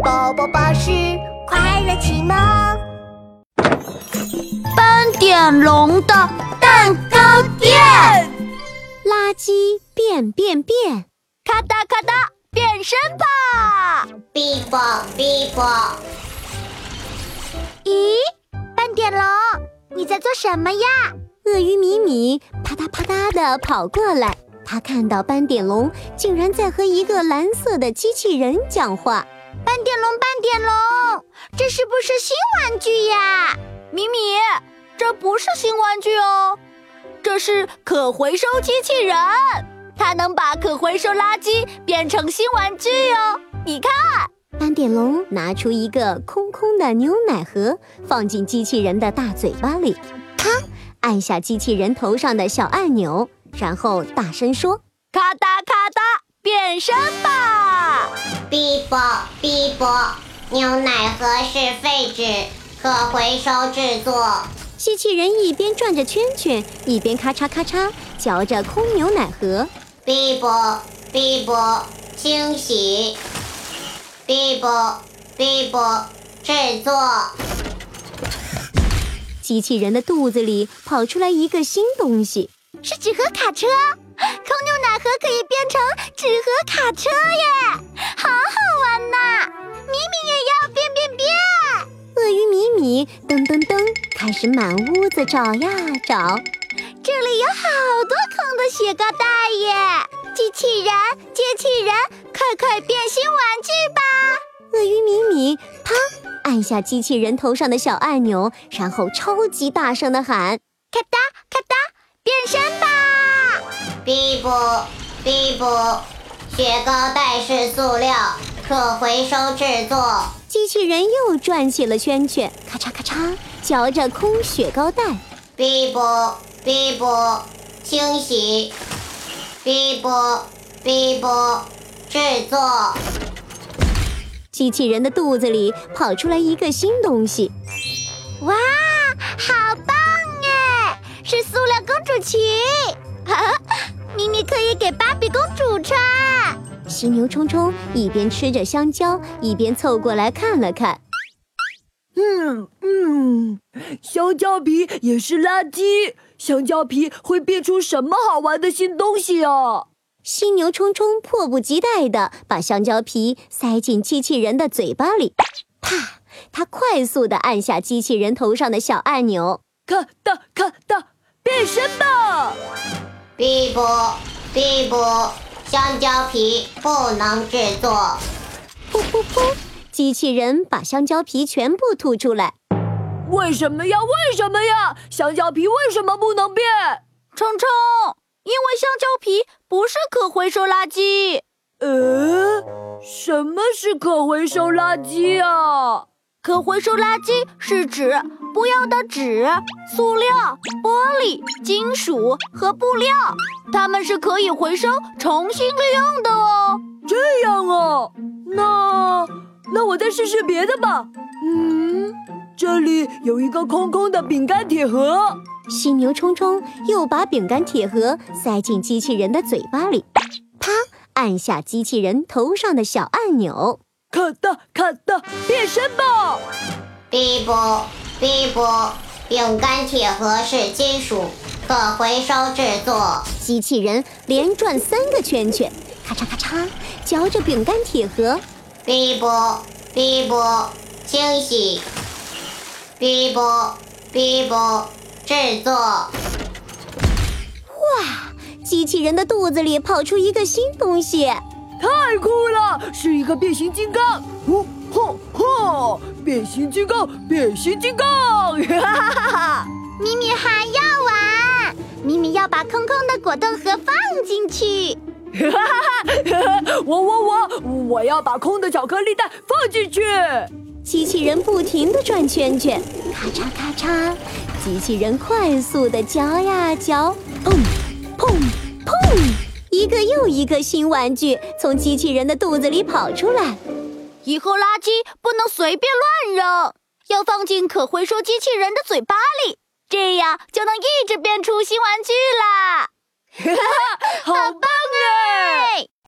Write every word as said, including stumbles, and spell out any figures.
宝宝巴士快乐启蒙。 斑点龙的蛋糕店， 垃圾变变变， 咔哒咔哒变身吧！ 哔啵哔啵。 咦，斑点龙，你在做什么呀？ 鳄鱼米米啪嗒啪嗒地跑过来，他看到斑点龙竟然在和一个蓝色的机器人讲话。 斑点龙，斑点龙，这是不是新玩具呀？米米，这不是新玩具哦，这是可回收机器人，它能把可回收垃圾变成新玩具哦。你看， 斑点龙拿出一个空空的牛奶盒，放进机器人的大嘴巴里，啪，按下机器人头上的小按钮，然后大声说： 咔哒咔哒变身吧！ 哔啵哔啵，牛奶盒是废纸，可回收制作。 机器人一边转着圈圈，一边咔嚓咔嚓嚼着空牛奶盒。 哔啵哔啵，清洗。哔啵哔啵，制作。 机器人的肚子里跑出来一个新东西， 是纸盒卡车，空牛奶盒可以变成纸盒卡车耶，好好玩呐！米米也要变变变。 鳄鱼米米噔噔噔开始满屋子找呀找， 这里有好多空的雪糕袋耶！机器人，机器人，快快变新玩具吧！ 鳄鱼米米啪按下机器人头上的小按钮，然后超级大声地喊： 咔哒咔哒，变身吧！ 哔啵哔啵，雪糕袋是塑料，可回收制作。 机器人又转起了圈圈，咔嚓咔嚓嚼着空雪糕袋。 哔啵哔啵，清洗。哔啵哔啵，制作。 机器人的肚子里跑出来一个新东西， 哇，好棒耶！是塑料公主裙，咪咪可以给芭比公主穿。 犀牛冲冲一边吃着香蕉，一边凑过来看了看。 嗯嗯，香蕉皮也是垃圾，香蕉皮会变出什么好玩的新东西啊？ 犀牛冲冲迫不及待地把香蕉皮塞进机器人的嘴巴里，啪！他快速地按下机器人头上的小按钮， 咔哒咔哒，变身吧！ 哔啵哔啵，香蕉皮不能制作。 噗噗噗！机器人把香蕉皮全部吐出来。 为什么呀？为什么呀？香蕉皮为什么不能变？ 冲冲，因为香蕉皮不是可回收垃圾。 呃，什么是可回收垃圾啊？ 可回收垃圾是指不要的纸、塑料、玻璃、金属和布料，它们是可以回收、重新利用的哦。 这样啊，那那我再试试别的吧。嗯，这里有一个空空的饼干铁盒。 犀牛冲冲又把饼干铁盒塞进机器人的嘴巴里，啪！按下机器人头上的小按钮， 咔哒咔哒，变身吧！ 哔啵哔啵，饼干铁盒是金属，可回收制作。 机器人连转三个圈圈，咔嚓咔嚓嚼着饼干铁盒。 哔啵哔啵，清洗。哔啵哔啵，制作。哇！ 机器人的肚子里跑出一个新东西， 太酷了！是一个变形金刚！呼吼吼！变形金刚，变形金刚！哈哈哈哈！ 咪咪还要玩，咪咪要把空空的果冻盒放进去。 哈哈哈！我我我，我要把空的巧克力蛋放进去。 机器人不停地转圈圈，咔嚓咔嚓，机器人快速地嚼呀嚼，砰砰砰，一个又一个新玩具从机器人的肚子里跑出来。 以后垃圾不能随便乱扔，要放进可回收机器人的嘴巴里，这样就能一直变出新玩具啦！ 好棒哎！